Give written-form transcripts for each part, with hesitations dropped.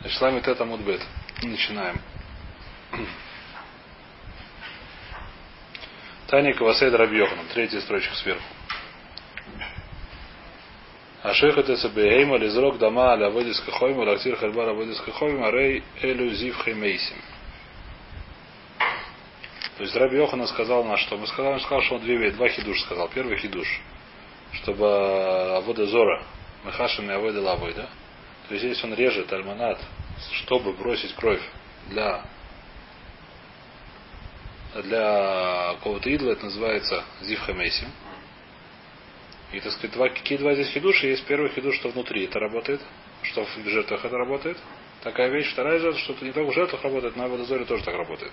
Шлами Тета Мудбет. Начинаем. Таня Кавасейд Раби Йоханан. Третья строчка сверху. Ашеха Тесабейма Лизрок Дама Аля Водис Кахойма Лактир Хальбара Водис Кахойма Рей Элюзив Хеймейсим. То есть Раби Йоханан сказал на что? Он сказал, что он два хидуш сказал. Первый хидуш, чтобы Авода Зора Мехашами Авода Лавой, да? То есть здесь он режет альманат, чтобы бросить кровь для какого-то идола, это называется Зив Хеймейсим. И, так сказать, какие два здесь хидуши? Есть первый хидуш, что внутри это работает, что в жертвах это работает. Такая вещь. Вторая жертва, что это не только в жертвах работает, но и в Водозоре тоже так работает.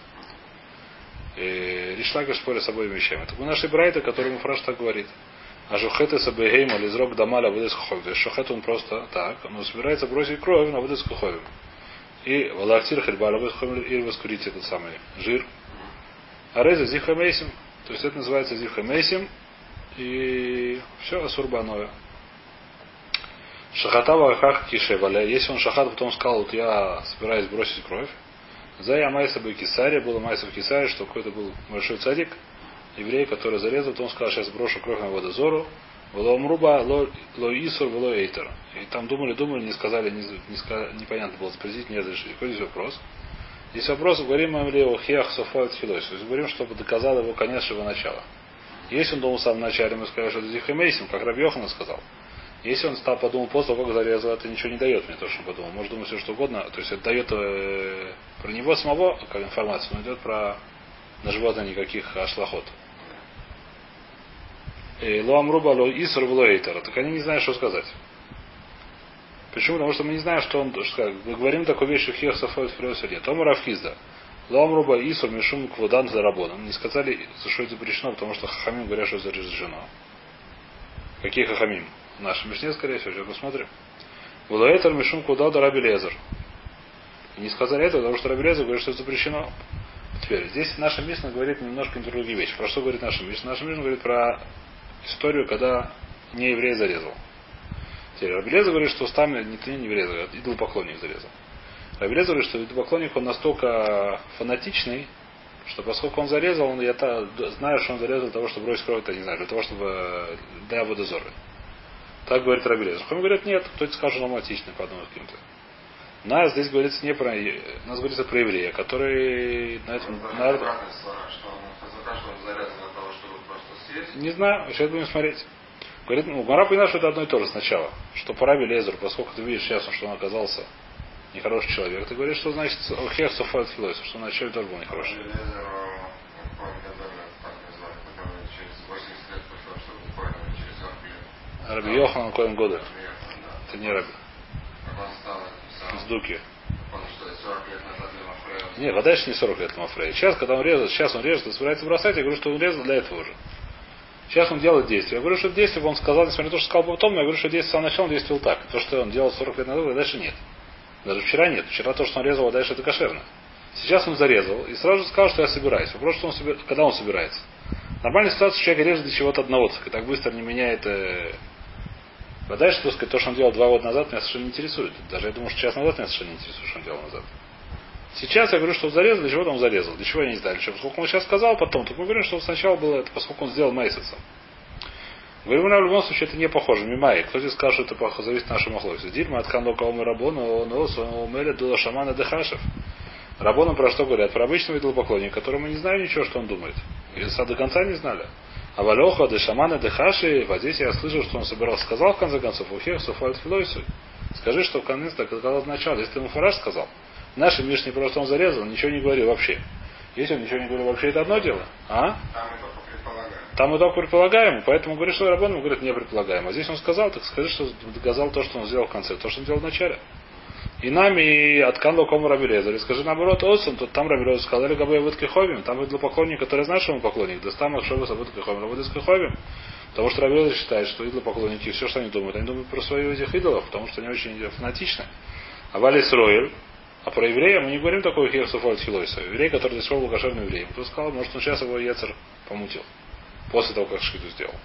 И Ришлага спорит с обоими вещами. Это мы нашли Брайта, который Муфраш так говорит. А Жухета Сабегейма Лизрок Дамаля Водес Каховим. То есть Шухет он просто так, но собирается бросить кровь на Водес Каховим. И Валактир Хельбаля Водес Каховим и воскурить этот самый жир. А Реза Зихамейсим. То есть это называется Зихамейсим. И все, асурбаное. Шахатава как кишеваля. Если он шахат, потом сказал, вот я собираюсь бросить кровь. За я майса бы Кисария, было майса в Кисаре, что какой-то был большой цадик, еврей, который зарезал, потом сказал, сейчас брошу кровь на Водозору. Было мруба, ло исур, ло эйтер. И там думали, не сказали, непонятно было запретить, не разрешили. Какой здесь вопрос? Здесь вопрос, говорим мы о хиах софоет хилойс. То есть говорим, чтобы доказал его конец, его начало. Если он думал в самом начале, мы скажем, что это Зихамейсим, как Раби Йоханан сказал. Если он подумал после того, как зарезал, это ничего не дает мне, то, что он подумал. Может думать все, что угодно. То есть это дает про него самого, как информацию, но идет про на животное никаких ашлахот. Лоамруба ло иср влоэйтер. Так они не знают, что сказать. Почему? Потому что мы не знаем, что он. Мы говорим такую вещь, что хиях софоет филос или нет. Тому Равхизда. Лоамруба иср мишум кводан за рабоном. Не сказали, что это запрещено, потому что хахамим говорят, что это разрешено. Какие хахамим? В нашем Мишне, скорее всего, сейчас посмотрим. Влоэйтер мишум кводан за Раби Лезер. И не сказали этого, потому что Раби Лезер говорит, что это запрещено. Теперь, здесь наша Мишна говорит немножко другие вещи. Про что говорит наша Мишна? Наша Мишна говорит про историю, когда не еврей зарезал. Теперь Раби Лезер говорит, что устами не еврей зарезал, а идолопоклонник зарезал. Раби Лезер говорит, что идолопоклонник он настолько фанатичный, что поскольку он зарезал, я знаю, что он зарезал для того, чтобы бросить кровь, это не знаю, для того, чтобы для Водозоры. Так говорит Раби Лезер. Хами говорят, нет, кто-то скажет, что он фанатичный, подумает каким-то. Нас здесь говорится не про нас говорится про еврея, который на этом. Не знаю, сейчас будем смотреть. Говорит, Мара понимает, что это одно и то же сначала. Что по Раби Лезеру, поскольку ты видишь сейчас, что он оказался нехороший человек, ты говоришь, что значит хех софает филос, что вначале тоже был нехороший. Раби Йоханан Коэн Года. Это не Раби. Из Дуки. Не, вода не 40 лет Мафрея. Сейчас, когда он режет, и собирается бросать, я говорю, что он резал для этого уже. Сейчас он делает действие. Я говорю, что действие, он сказал, несмотря на то, что сказал потом, но я говорю, что действие с самого начала он действовал так. То, что он делал 40 лет назад, а дальше нет. Даже вчера нет. Вчера то, что он резал, а дальше это кошерно. Сейчас он зарезал и сразу же сказал, что я собираюсь. Вопрос, что когда он собирается. Нормальная ситуация, человек режет для чего-то одного, и так быстро не меняет. Дальше, так сказать, то, что он делал 2 года назад, меня совершенно не интересует. Даже я думаю, что час назад меня совершенно не интересует, что он делал назад. Сейчас я говорю, что он зарезал, для чего он зарезал, для чего я не знаю. Поскольку он сейчас сказал потом, то мы говорим, что сначала было это, поскольку он сделал майсецом. Говорим, в любом случае это не похоже. Мимай. Кто здесь скажет, что это плохо, зависит от нашего махлоиса. Дильма от канлока умы рабона, но умели дула шамана дехашев. Рабоном про что говорят? Про обычного идолопоклонника, которого мы не знаем ничего, что он думает. И до конца не знали. А валеха де шамана дехаши, вот здесь я слышал, что он собирался, сказал в конце концов, ухех суфальт филойсу. Скажи, что в конце так сказал сначала. Если ты ему фараж сказал, наши Мишне просто он зарезал, ничего не говорил вообще. Если он ничего не говорил вообще, это одно дело. А? Там мы только предполагаем, поэтому говорит, что Рабон говорит, не предполагаем. А здесь он сказал, так скажи, что доказал то, что он сделал в конце, то, что он сделал в начале. И нами от Канло кому Раби Лезер. И скажи наоборот, Осом, то там Раби Лезер сказал, или Габай Вудки Ховим, там идол поклонник, который знает, что он поклонник, да там Акшова Сабудки Ховим, Рабудки Ховим. Потому что Раби Лезер считает, что идолопоклонники, все, что они думают про своих этих идолов, потому что они очень фанатичны. А Валис Ройль, а про еврея мы не говорим такой херсов от Хилойса. Еврей, который здесь был кошерным евреем. Кто сказал, может он сейчас его яцер помутил. После того, как шхиту сделал.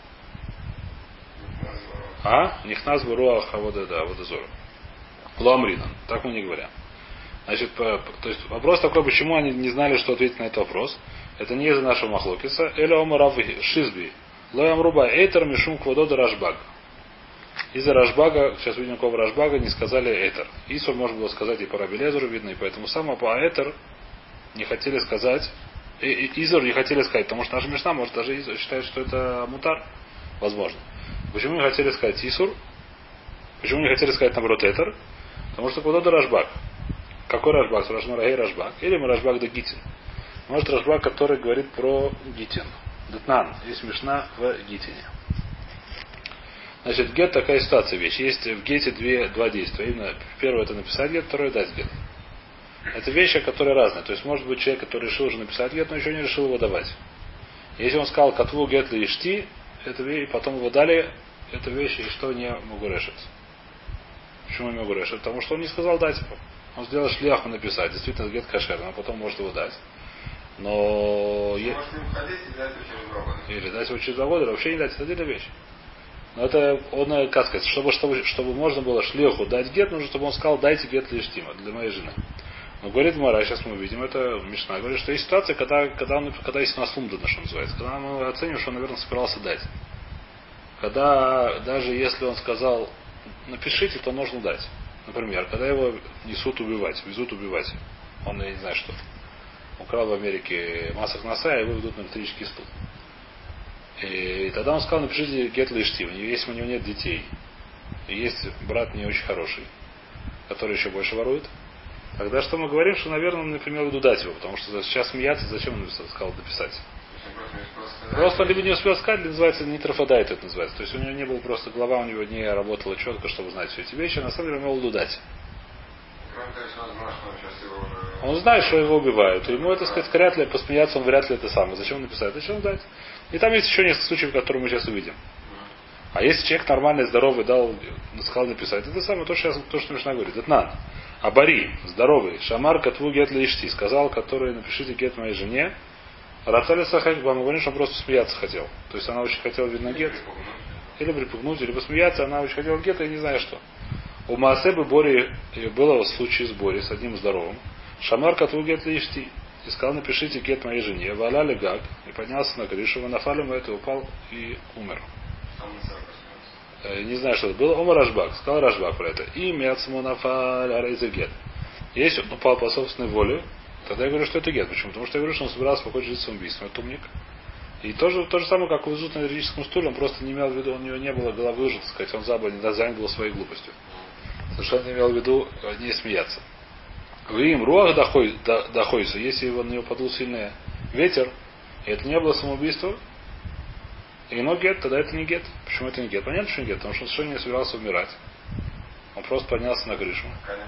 А? Нихназ Буруах Авода Водозора. Луамрина. Так мы не говорим. Значит, то есть вопрос такой, почему они не знали, что ответить на этот вопрос. Это не из-за нашего махлокиса. Эля омарав шизби. Лоям руба эйтер мишум квадода рашбаг. Из-за рашбага, сейчас видим, какого рашбага, не сказали эйтер. Исур можно было сказать и по Рабелезеру видно, и поэтому самого по эйтер не хотели сказать. Изор не хотели сказать, потому что наша Мишна может даже Изор считает, что это мутар. Возможно. Почему не хотели сказать Исур? Почему не хотели сказать наоборот Этер? Потому что куда-то Рашбак. Какой Рашбак? Рашмарагей Рашбак. Или мы Рашбак да Гитин. Может Рашбак, который говорит про Гитин. Детнан. Есть Мишна в Гитине. Значит, гет такая ситуация вещь. Есть в гете два действия. Именно первое это написать гет, второе дать гет. Это вещи, которые разные. То есть может быть человек, который решил уже написать гет, но еще не решил его давать. Если он сказал катву гет ли ишти, это вещь, и потом его дали, это вещь, и что не могу решить. Почему не могу решить? Потому что он не сказал дать его. Он сделал шлях написать. Действительно, гет кошерный, а потом может его дать. Но... Может им ходить и дать его через 2 года. Или дать его через 2 года, или вообще не дать. Это отдельная вещь. Но это он, как сказать, чтобы можно было шлеху дать гет, нужно, чтобы он сказал, дайте гет лиштима для моей жены. Но говорит Мара, сейчас мы увидим, это Мишна, говорит, что есть ситуация, когда есть наслумда, что называется, когда мы оценим, что он, наверное, собирался дать. Когда, даже если он сказал, напишите, то нужно дать. Например, когда его везут убивать. Он, я не знаю что, украл в Америке массах носа, и его ведут на электрический стул. И тогда он сказал, напишите гет лиштим, если у него нет детей, и есть брат не очень хороший, который еще больше ворует, тогда что мы говорим, что, наверное, он, например, в виду дать его, потому что сейчас смеяться, зачем он сказал дописать? Просто он либо не успел сказать, либо называется нитрофадайт, это называется. То есть у него не было просто голова, у него не работала четко, чтобы знать все эти вещи, а на самом деле он имел в виду дать. Он знает, что его убивают. И ему это сказать, вряд ли посмеяться, он вряд ли это самое. Зачем написать? Зачем дать? И там есть еще несколько случаев, которые мы сейчас увидим. А если человек нормальный, здоровый, сказал написать, это самое, то, что Мишна говорит. Это надо. А Бари, здоровый, Шамар Катву Гет Лишти, сказал, который напишите гет моей жене. Рацали Сахак, мы говорим, что он просто смеяться хотел. То есть она очень хотела, видно, гет. Или припугнуть, или посмеяться, она очень хотела гет, и не знаю что. У Маасебы Бори было в случае с Бори, с одним здоровым. Шамар Катву Гет Лишти. И сказал, напишите гет моей жене. Валяли гаг. И поднялся на крышу, нафалим это упал и умер. Не знаю, что это было. Омар Рашбак. Сказал Рашбак про это. И мяцму нафаль арейзе гет. Если он упал по собственной воле, тогда я говорю, что это гет. Почему? Потому что я говорю, что он собирался покончить жить самоубийством. Это умник. И то же самое, как везут на юридическом стуле, он просто не имел в виду, у него не было головы уже, так сказать, он занят был своей глупостью. Совершенно не имел в виду не смеяться. Вы им руах доходится, если на него подул сильный ветер, и это не было самоубийство, и но гет, тогда это не гет. Почему это не гет? Понятно, что не гет, потому что он совершенно не собирался умирать. Он просто поднялся на крышу.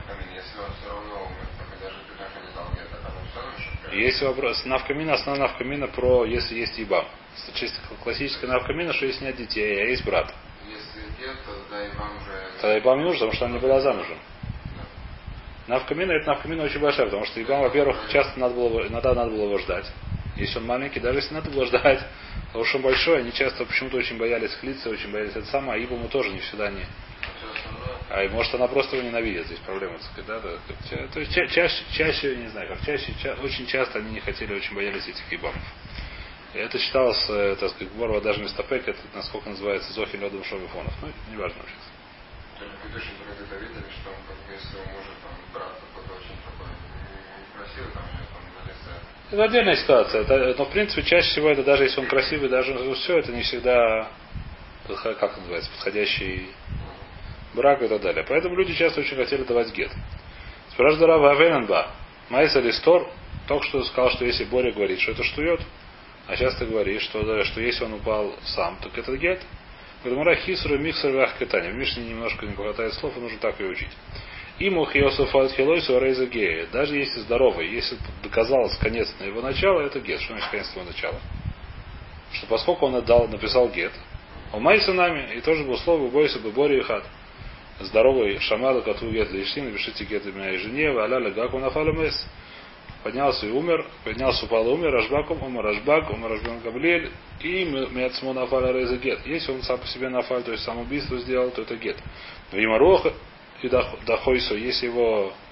Есть вопрос. Навкамина, основная навкамина про если есть ибам. Классическая навкамина, что если нет детей, а есть брат. Если гет, тогда ибам уже... Тогда ибам не нужен, потому что она не была замужем. Навкамина, это навкамина очень большая, потому что ибам, во-первых, часто иногда надо было его ждать. Если он маленький, даже если надо было ждать, потому что он большой, они часто почему-то очень боялись хлиться, очень боялись это самое, а ибаму тоже не всегда не... А может она просто его ненавидит, здесь проблема, так сказать, да? То есть чаще, не знаю, как очень часто они не хотели, очень боялись этих ибамов. И это считалось, так сказать, Борва даже местопек, это насколько называется Зохи Ледом Шовифонов. Ну, не важно сейчас. Предыдущий это видели, что он, как если у мужа там брат какой-то очень такой некрасивый, там у него там на лице. Это отдельная ситуация. Но в принципе чаще всего это даже если он красивый, даже все, это не всегда как называется, подходящий брак и так далее. Поэтому люди часто очень хотели давать гет. Спрашивает Рава Авененба. Майса Листор только что сказал, что если Боря говорит, что это штует, а сейчас ты говоришь, что если он упал сам, так это гет. Гмара хисру миксер вах катани. В Мишне немножко не хватает слов, и нужно так ее учить. Иму хиосу фалт хилойсу рейза гея. Даже если здоровый, если доказалось конец на его начало, это гет. Что значит конец на его начала? Что поскольку он написал гет, он майся нами, и тоже был слово бойся бы Бори и хат. Здоровый шамада, кату гет лишни, напишите гет моей жене, аляля гаку нафалю мэс. Поднялся и умер, упал и умер, Рашбаком, умер Рашбак Гамлиэль, и Мецмо нафаля рейза гет. Если он сам по себе нафаль, то есть самоубийство сделал, то это гет. Вимароха и Дахойсо, если его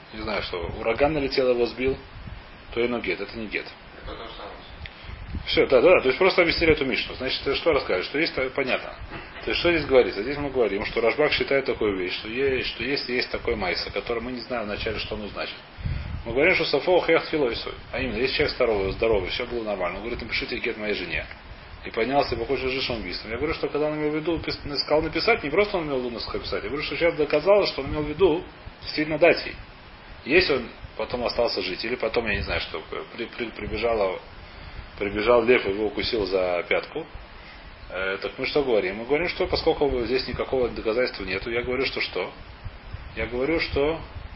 не знаю, что ураган налетел, его сбил, то ино гет. Это не гет. Это то же самое. Все, да. То есть просто объяснили эту Мишну. Значит, что рассказывать? Что есть, понятно. То есть, что здесь говорится? Здесь мы говорим, что Рашбак считает такую вещь, что есть такой майса, который мы не знаем вначале, что он значит. Мы говорим, что Сафо хех филойсу. А именно, если человек здоровый, все было нормально. Он говорит, напишите гет моей жене. И поднялся и похоже с убийством. Я говорю, что когда он имел в виду, сказал написать, не просто он имел в виду написать. Я говорю, что сейчас доказалось, что он имел в виду действительно дать ей. Если он потом остался жить, или потом, я не знаю, что прибежал лев и его укусил за пятку, так мы что говорим? Мы говорим, что поскольку здесь никакого доказательства нету, я говорю, что что? Я говорю, что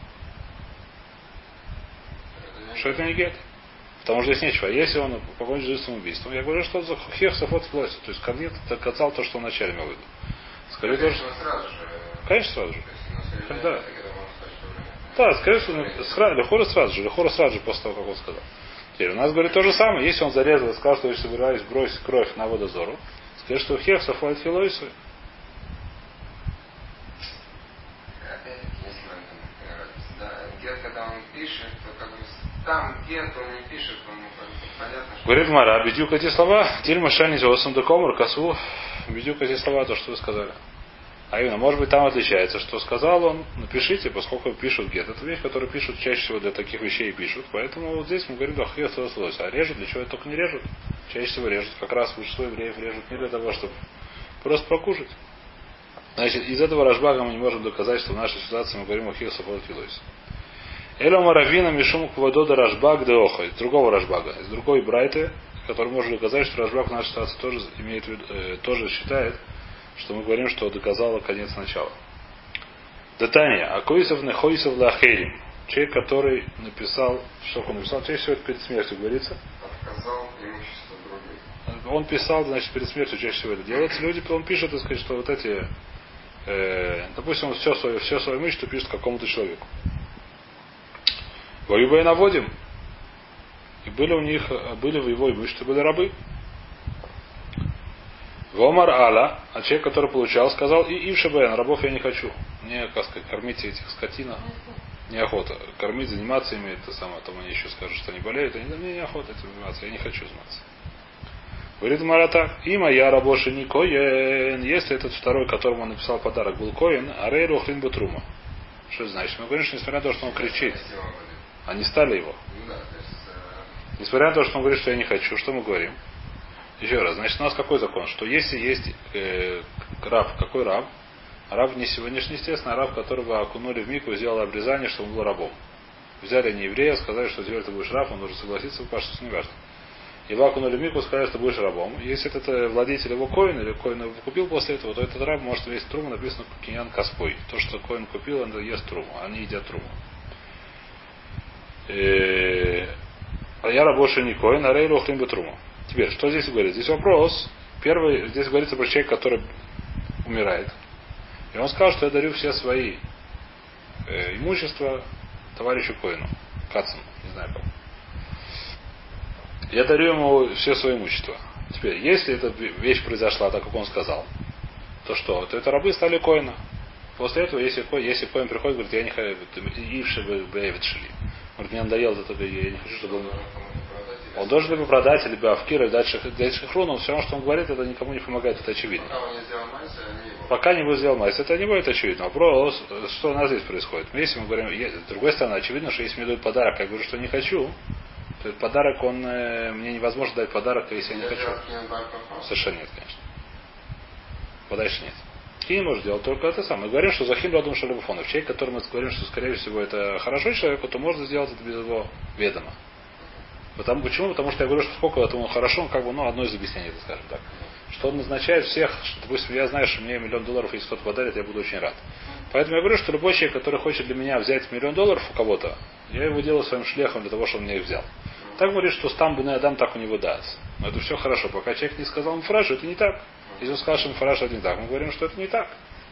это не гет. Потому что здесь нечего. Если он покончит жизнь самоубийством, я говорю, что за хех сафот флойса. То есть корнит доказал то, что он вначале имел в виду. Скажи тоже. Конечно, сразу же. Да. Да, скажи, что Лехора сразу же после того, как он сказал. Теперь у нас говорит то же самое. Если он зарезал и сказал, что я собираюсь бросить кровь на водозору, скажи, что хех сафот филойса. Когда он пишет, то как бы там где-то он не пишет, он понятно, что... Говорит Мара, бедюк эти слова, тильма шани зоосам декомор, косу, бедюк эти слова, то, что вы сказали. А именно, может быть, там отличается, что сказал он, напишите, поскольку пишут гет. Это вещь, которую пишут чаще всего для таких вещей пишут. Поэтому вот здесь мы говорим, да, хьет слось. А режут, для чего это только не режут? Чаще всего режут, как раз большинство евреев режут не для того, чтобы просто покушать. Значит, из этого Рашбага мы не можем доказать, что в нашей ситуации мы говорим о хьет филойс. Элома Равина Мишум Квадода Рашбаг Деоха. Из другого Рашбага, из другой Брайты, который может доказать, что Рашбаг в нашей ситуации тоже имеет тоже считает, что мы говорим, что доказало конец начала. Датания. Акоисов нехоисов лахерим. Человек, который написал, что он написал, чаще всего это перед смертью говорится. Отказал имущество других. Он писал, значит, перед смертью чаще всего это делается. Люди, он пишет, так сказать, что вот эти, допустим, он все свое имущество пишет какому-то человеку. Воюбай наводим. И были в его имуществе были рабы. Вомар Аля, а человек, который получал, сказал, и Ившабен, рабов я не хочу. Мне, как сказать, кормить этих скотина неохота. Кормить, заниматься ими, это самое, там они еще скажут, что они болеют, мне неохота этим заниматься, я не хочу заниматься. Говорит Мара так, има я рабоши не коен, если этот второй, которому он написал подарок, был коен, арейру хлин бутрума. Что это значит? Мы говорим, что несмотря на то, что он кричит, они стали его. Несмотря на то, что он говорит, что я не хочу, что мы говорим? Еще раз, значит, у нас какой закон? Что если есть раб, какой раб? Раб не сегодняшний, естественно, а раб, которого окунули в мику, сделал обрезание, что он был рабом. Взяли не еврея, сказали, что теперь ты будешь раб, он должен согласиться, что не важно. Его окунули в мику, сказали, что ты будешь рабом. Если этот владетель его коин, или коин его купил после этого, то этот раб может весь труму, написано киньян каспой. То, что коин купил, он ест труму, они едят труму. А я рабоша не коин, а рейру хлим бетруму. Теперь, что здесь говорится? Здесь вопрос. Первый, здесь говорится про человека, который умирает. И он сказал, что я дарю все свои имущества товарищу Коину. Кацану, не знаю как. Я дарю ему все свое имущество. Теперь, если эта вещь произошла так, как он сказал, то что? То это рабы стали Коина. После этого, если Коин приходит, говорит, я не хочу, Ивши Бэйвит Шили. Говорит, мне надоело это, я не хочу, чтобы он должен либо продать, либо Авкира, дальше Хруну, но все равно, что он говорит, это никому не помогает, это очевидно. Пока не будет сделал майс, это не будет очевидно. Вопрос, что у нас здесь происходит. Если мы говорим, с другой стороны, очевидно, что если мне дают подарок, я говорю, что не хочу, то этот подарок, мне невозможно дать подарок, если я не хочу. Совершенно нет, конечно. Подальше нет. И не может делать только это самое. Мы говорим, что Захим Ладум Шалибуфонов. Человек, который мы говорим, что скорее всего это хорошо человеку, то можно сделать это без его ведома. Почему? Потому что я говорю, что сколько этому хорошо, он как бы, одно из объяснений, это скажем так. Что он назначает всех, что, допустим, я знаю, что мне $1 миллион, если кто-то подарит, я буду очень рад. Поэтому я говорю, что любой человек, который хочет для меня взять $1 миллион у кого-то, я его делаю своим шлехом для того, чтобы он мне их взял. Так говорит, что стам бен адам так у него даст. Но это все хорошо. Пока человек не сказал мфрашу, это не так. Если он скажет, что мфрашу это не так, мы говорим, что это не так.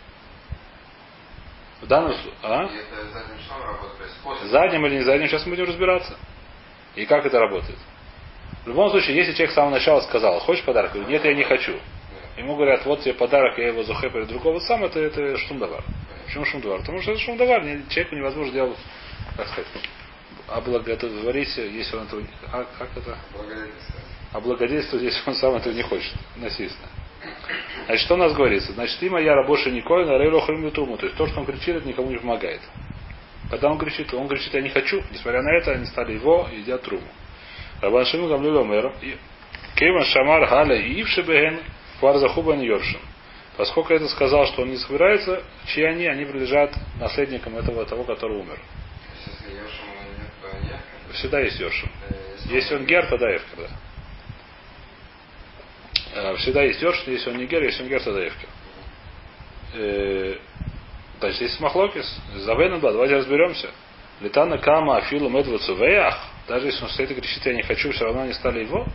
В данном случае. Задним или не задним, сейчас мы будем разбираться. И как это работает. В любом случае, если человек с самого начала сказал, хочешь подарок? Говорит, нет, я не хочу. Ему говорят, вот тебе подарок, я его зухэ перед другого, сам это шумдавар. Почему шумдавар? Потому что это шумдавар, человеку невозможно делать как сказать, облаготворить, если он этого, как это? Облагодетельствовать, если он сам этого не хочет, насильственно. Значит, что у нас говорится? Значит, ты моя рабоша Николь, на Рейло Хрим Труму. То есть то, что он кричит, это никому не помогает. Когда он кричит, я не хочу. Несмотря на это, они стали его и едят труму. Рабан Шимон Гамлюля мэр. Кейман Шамар Галя и Ившебеген Кварзахуба Ньоршин. Поскольку это сказал, что он не собирается, чьи они принадлежат наследникам того, который умер. Если Йоршима нет, то нет. Всегда есть Йоршим. Если он гер, тогда Евкер, да. Всегда есть Йоршин, если он не гер, тогда Евкер. Значит, есть махлокис. Завенанба, давайте разберемся. Летана Кама Афилу Медву Цувеях. Даже если он стоит и кричит, я не хочу, все равно они стали его.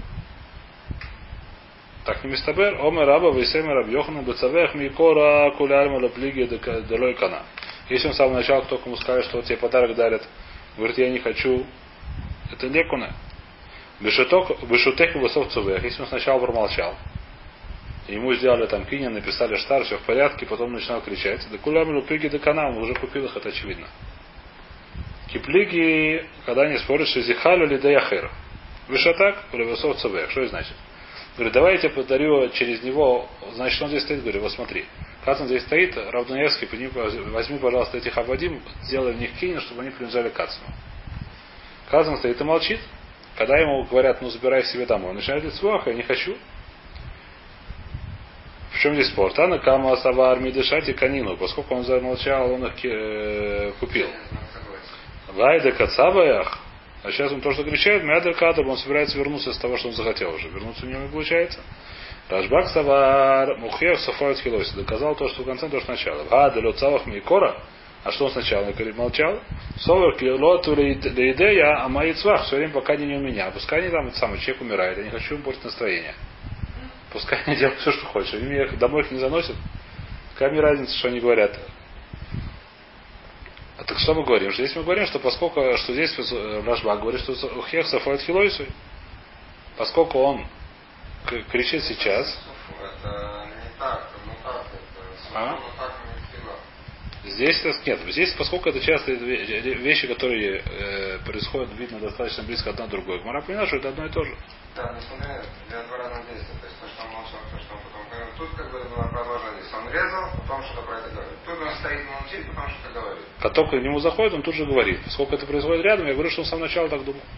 Так не мистабер. Омер Раба Вейсемер Рабьохану Бацавеях Микора Кулярма Лаплиги Делой Кана. Если он с самого начала кто кому скажет, что вот тебе подарок дарят, говорит, я не хочу, это лекуна. Бешутеку Высов Цувеях. Если он сначала промолчал, ему сделали там киня, написали штар, все в порядке, потом начинал кричать. Да кулямилу плиги до канала, он уже купил их, это очевидно. Киплиги, когда они спорят, что зихалю ли да яхер. Вышатак, превысов цвех. Что это значит? Говорит, давай я тебе подарю через него, значит, он здесь стоит, говорю, вот смотри. Как он здесь стоит, Равдуевский, возьми, пожалуйста, этих Авадим, сделай в них киня, чтобы они принадлежали Кацану. Казан стоит и молчит. Когда ему говорят, ну забирай себе домой, он начинает говорить, я не хочу. В чем здесь спор? Тана Кама Савар Мидышати Канину, поскольку он замолчал, он их купил. Вайда Кацабаях, а сейчас он то, что кричает, Мядер Кадаб, он собирается вернуться с того, что он захотел уже. Вернуться у него не получается. Рашбак Савар Мухех Сафаут Хилойси доказал то, что в конце, то, что сначала. Гада Лёцавах Микора, а что он сначала молчал? Совер Килоту Лейдея, а мои цвах, все время пока они не у меня. Пускай они там, этот самый человек умирает, я не хочу им портить настроение. Пускай они делают все, что хочешь. Они меня домой их не заносят. Какая мне разница, что они говорят? А так что мы говорим? Что здесь мы говорим, что поскольку, что здесь Рашбак говорит, что Ухех Сафаут Хилойсу, поскольку он кричит сейчас. Это не так, это так не Здесь нет. Здесь, поскольку это часто вещи, которые происходят, видно, достаточно близко одна к другой. Гмара понимает, что это одно и то же. Да, но смотри, для два разных действия. То есть то, что он молчал, то, что он потом говорил. Тут как бы было продолжение. Он резал, потом что-то про это говорит. Тут он стоит и молчит, потом что-то говорит. Как только к нему заходит, он тут же говорит. Поскольку это происходит рядом, я говорю, что он с самого начала так думал.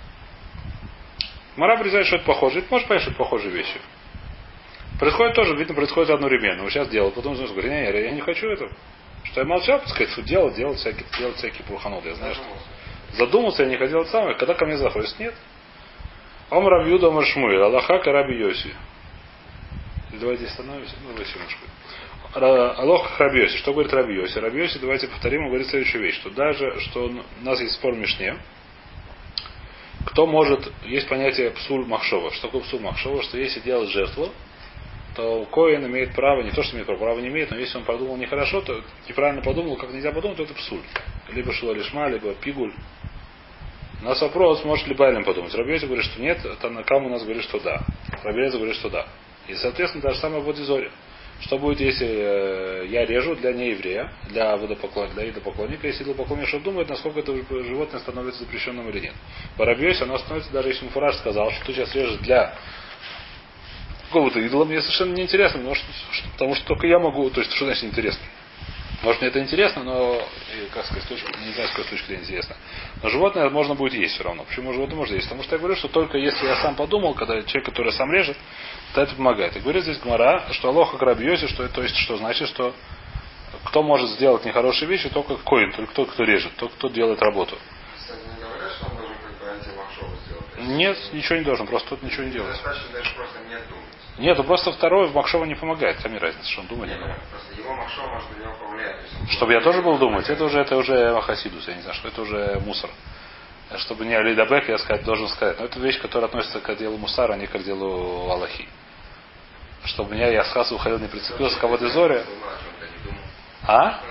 Мара признает, что это похоже. Это может понять, что это похожие вещи. Происходит тоже, видно, происходит одновременно. Он сейчас делал, потом говорит, я не хочу этого. Что я молчал, так сказать, что делать всякие пурханот. Я знаю, что задумался, я не хотел самое. Когда ко мне заходит, нет. Ом Рабьюда Омар Шмуэль, Аллаха Раби Йоси. Давайте остановимся, давай секундочку. Аллах Раби Йоси. Что говорит Раби Йоси? Раби Йоси, давайте повторим, он говорит следующую вещь, что даже, что у нас есть спор в Мишне, кто может, есть понятие псуль махшова. Что такое псуль махшова? Что если делать жертву, то коин имеет право, не то, что имеет право не имеет, но если он подумал нехорошо, то неправильно подумал, как нельзя подумать, то это псуль. Либо шула-лишма, либо пигуль. У нас вопрос, может ли Байлем подумать. Рабиоза говорит, что нет, Танакам у нас говорит, что да. Рабиоза говорит, что да. И, соответственно, даже самое в Зоре. Что будет, если я режу для нееврея, для идолопоклонника, если идолопоклонник что думает, насколько это животное становится запрещенным или нет. По Рабиосе оно становится, даже если Муфураж сказал, что ты сейчас режешь для какого-то идола, мне совершенно неинтересно, потому что только я могу, то есть, что значит интересно? Может, мне это интересно, но, как сказать, не знаю, с какой точки зрения интересно. Но животное можно будет есть все равно. Почему животное можно есть? Потому что я говорю, что только если я сам подумал, когда человек, который сам режет, то это помогает. И говорит здесь Гмара, что Алоха Крабьёси, что это, то есть, что значит, что кто может сделать нехорошие вещи, только коин, только тот, кто режет, тот, кто делает работу. Кстати, не говорят, что он должен как-то антимахшову сделать? Нет, ничего не должен, просто тот ничего не делает. Достаточно даже просто не думать. Нет, ну просто второй в Махшова не помогает. Там не разница, что он думает. Просто его Махшова может на него повлиять. Чтобы я тоже был думать, это уже Махасидус, я не знаю, что это уже мусор. Чтобы не Алидабек, я должен сказать. Но это вещь, которая относится к делу мусара, а не к делу Аллахи. Чтобы меня я с хаса уходил, не прицепился к Аводезоре. А?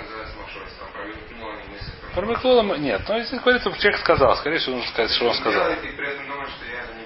Промыкло, нет. Но если говорится, человек сказал, скорее всего, нужно сказать, что он сказал.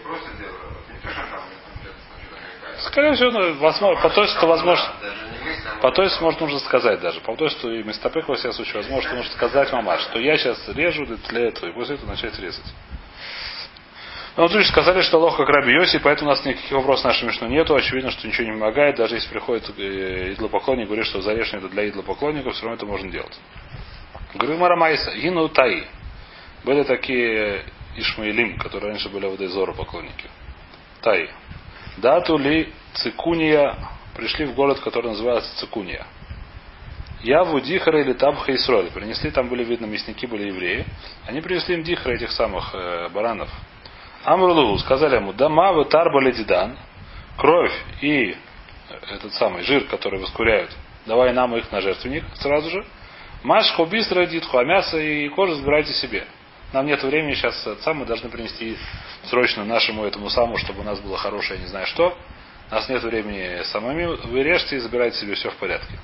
Скорее всего, возможно, по той, что возможно. По той может нужно сказать даже. По той, что и местопек во всяком случае, возможно, что нужно сказать мамаш, что я сейчас режу для этого, и после этого начать резать. Но тут же сказали, что лох как Раби Йоси, поэтому у нас никаких вопросов в нашей Мишну нету. Очевидно, что ничего не помогает. Даже если приходит идлопоклонник и говорит, что зарежь это для идлопоклонников, все равно это можно делать. Говорю, Марамайса, Гину Таи. Были такие Ишмаилим, которые раньше были в Дейзору поклонники. Таи. Дату ли Цикуния пришли в город, который называется Цикуния. Яву Дихара или Табха и Сроли. Принесли, там были видно, мясники были евреи. Они принесли им Дихара, этих самых баранов. Амрулу, сказали ему, дама тарбали дидан, кровь и этот самый жир, который воскуряют, давай нам их на жертвенник сразу же. Машху быстро дитху, а мясо и кожу забирайте себе. Нам нет времени сейчас, сам мы должны принести срочно нашему этому самому, чтобы у нас было хорошее, не знаю что. У нас нет времени самими, вы режьте и забирайте себе, все в порядке.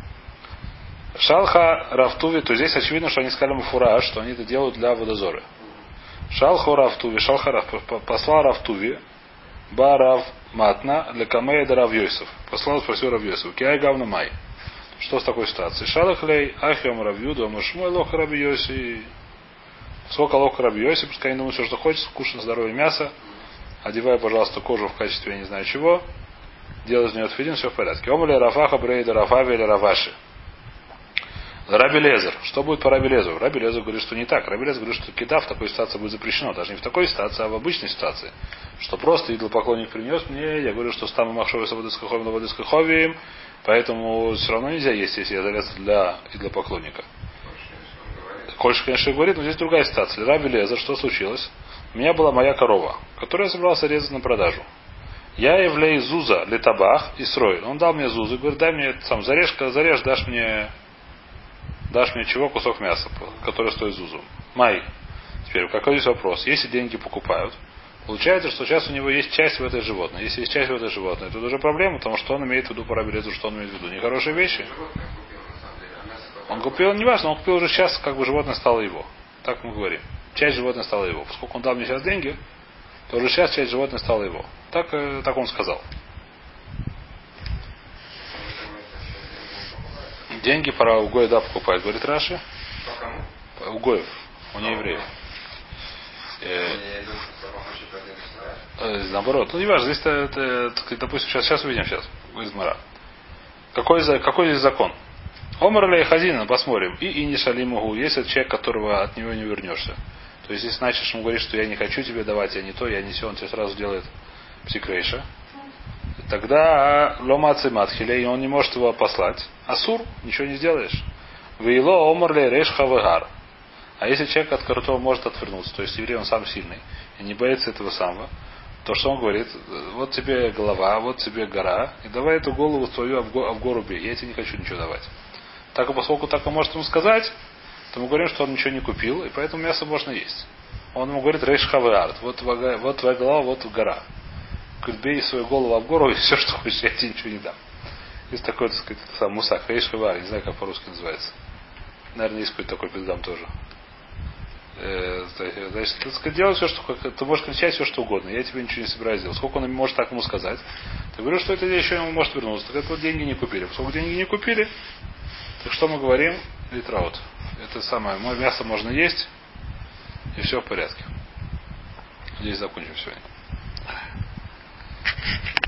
Шалха Рафтуви, то здесь очевидно, что они сказали ему фураж, что они это делают для водозоры. Шалху Рафтуви, Шалха послал Рафтуви, Барав Матна, Лекамея да Рав Йосеф. Послал, спросил Рав Йосеф, Киай Гавна Май. Что с такой ситуацией? Шалахлей, Ахиом Равьюду, Амашмой Лоха Раби Йоси. Сколько Лоха Раби Йоси, пускай они думают, все, что хочет, кушать на здоровье мясо. Одевай, пожалуйста, кожу в качестве я не знаю чего. Делай из нее тфилин, все в порядке. Омали Рафаха Брейда Рафави или Раваши. Раби Лезер. Что будет по Раби Лезеру? Раби Лезер говорит, что не так. Раби Лезер говорит, что кида в такой ситуации будет запрещено. Даже не в такой ситуации, а в обычной ситуации. Что просто идолопоклонник принес мне, я говорю, что стану махшовой свободыскаховим на водыскаховием, поэтому все равно нельзя есть, если я зарезал для идолопоклонника. Кольш, конечно, говорит, но здесь другая ситуация. Раби Лезер, что случилось? У меня была моя корова, которую я собирался резать на продажу. Я являюсь зуза летабах и срой. Он дал мне зузу, говорит, дай мне сам зарежь, дашь мне чего? Кусок мяса, который стоит зузу. Май. Теперь, какой здесь вопрос? Если деньги покупают, получается, что сейчас у него есть часть в этой животной. Если есть часть в этой животной, то уже проблема, потому что он имеет в виду по Раби Лезеру, что он имеет в виду. Нехорошие вещи. Он купил, не важно, он купил уже сейчас, как бы животное стало его. Так мы говорим. Часть животного стала его. Поскольку он дал мне сейчас деньги, то уже сейчас часть животного стала его. Так он сказал. Деньги пора у Гоя, да, покупать, говорит Раши. У Гоев, у неевреев. Наоборот, ну не важно, здесь допустим, сейчас увидим, сейчас, говорит Мара. Какой здесь закон? Омар лей хазина, посмотрим. И не шалимугу, есть человек, которого от него не вернешься. То есть, если начнешь ему говорить, что я не хочу тебе давать, я не то, я не все, он тебе сразу делает псикрейша. Тогда лома циматхиле, и он не может его послать. Асур, ничего не сделаешь. Вейло омарле реш хавегар. А если человек, от которого может отвернуться, то есть еврей, он сам сильный, и не боится этого самого, то что он говорит? Вот тебе голова, вот тебе гора, и давай эту голову твою об гору бей. Я тебе не хочу ничего давать. Так и поскольку так он может ему сказать, то мы говорим, что он ничего не купил, и поэтому мясо можно есть. Он ему говорит реш хавегар. Вот твоя голова, вот гора. Говорит, бей свою голову об гору, и все, что хочешь, я тебе ничего не дам. Есть такой, так сказать, сам мусак, рейш хавар, не знаю, как по-русски называется. Наверное, есть какой-то такой пиздам тоже. Значит, так сказать, делай все, что ты можешь кричать все, что угодно. Я тебе ничего не собираюсь делать. Сколько он может так ему сказать? Ты говоришь, что это еще ему может вернуться. Так это вот деньги не купили. Поскольку деньги не купили, так что мы говорим? Литраут. Это самое. Мое мясо можно есть, и все в порядке. Здесь закончим сегодня.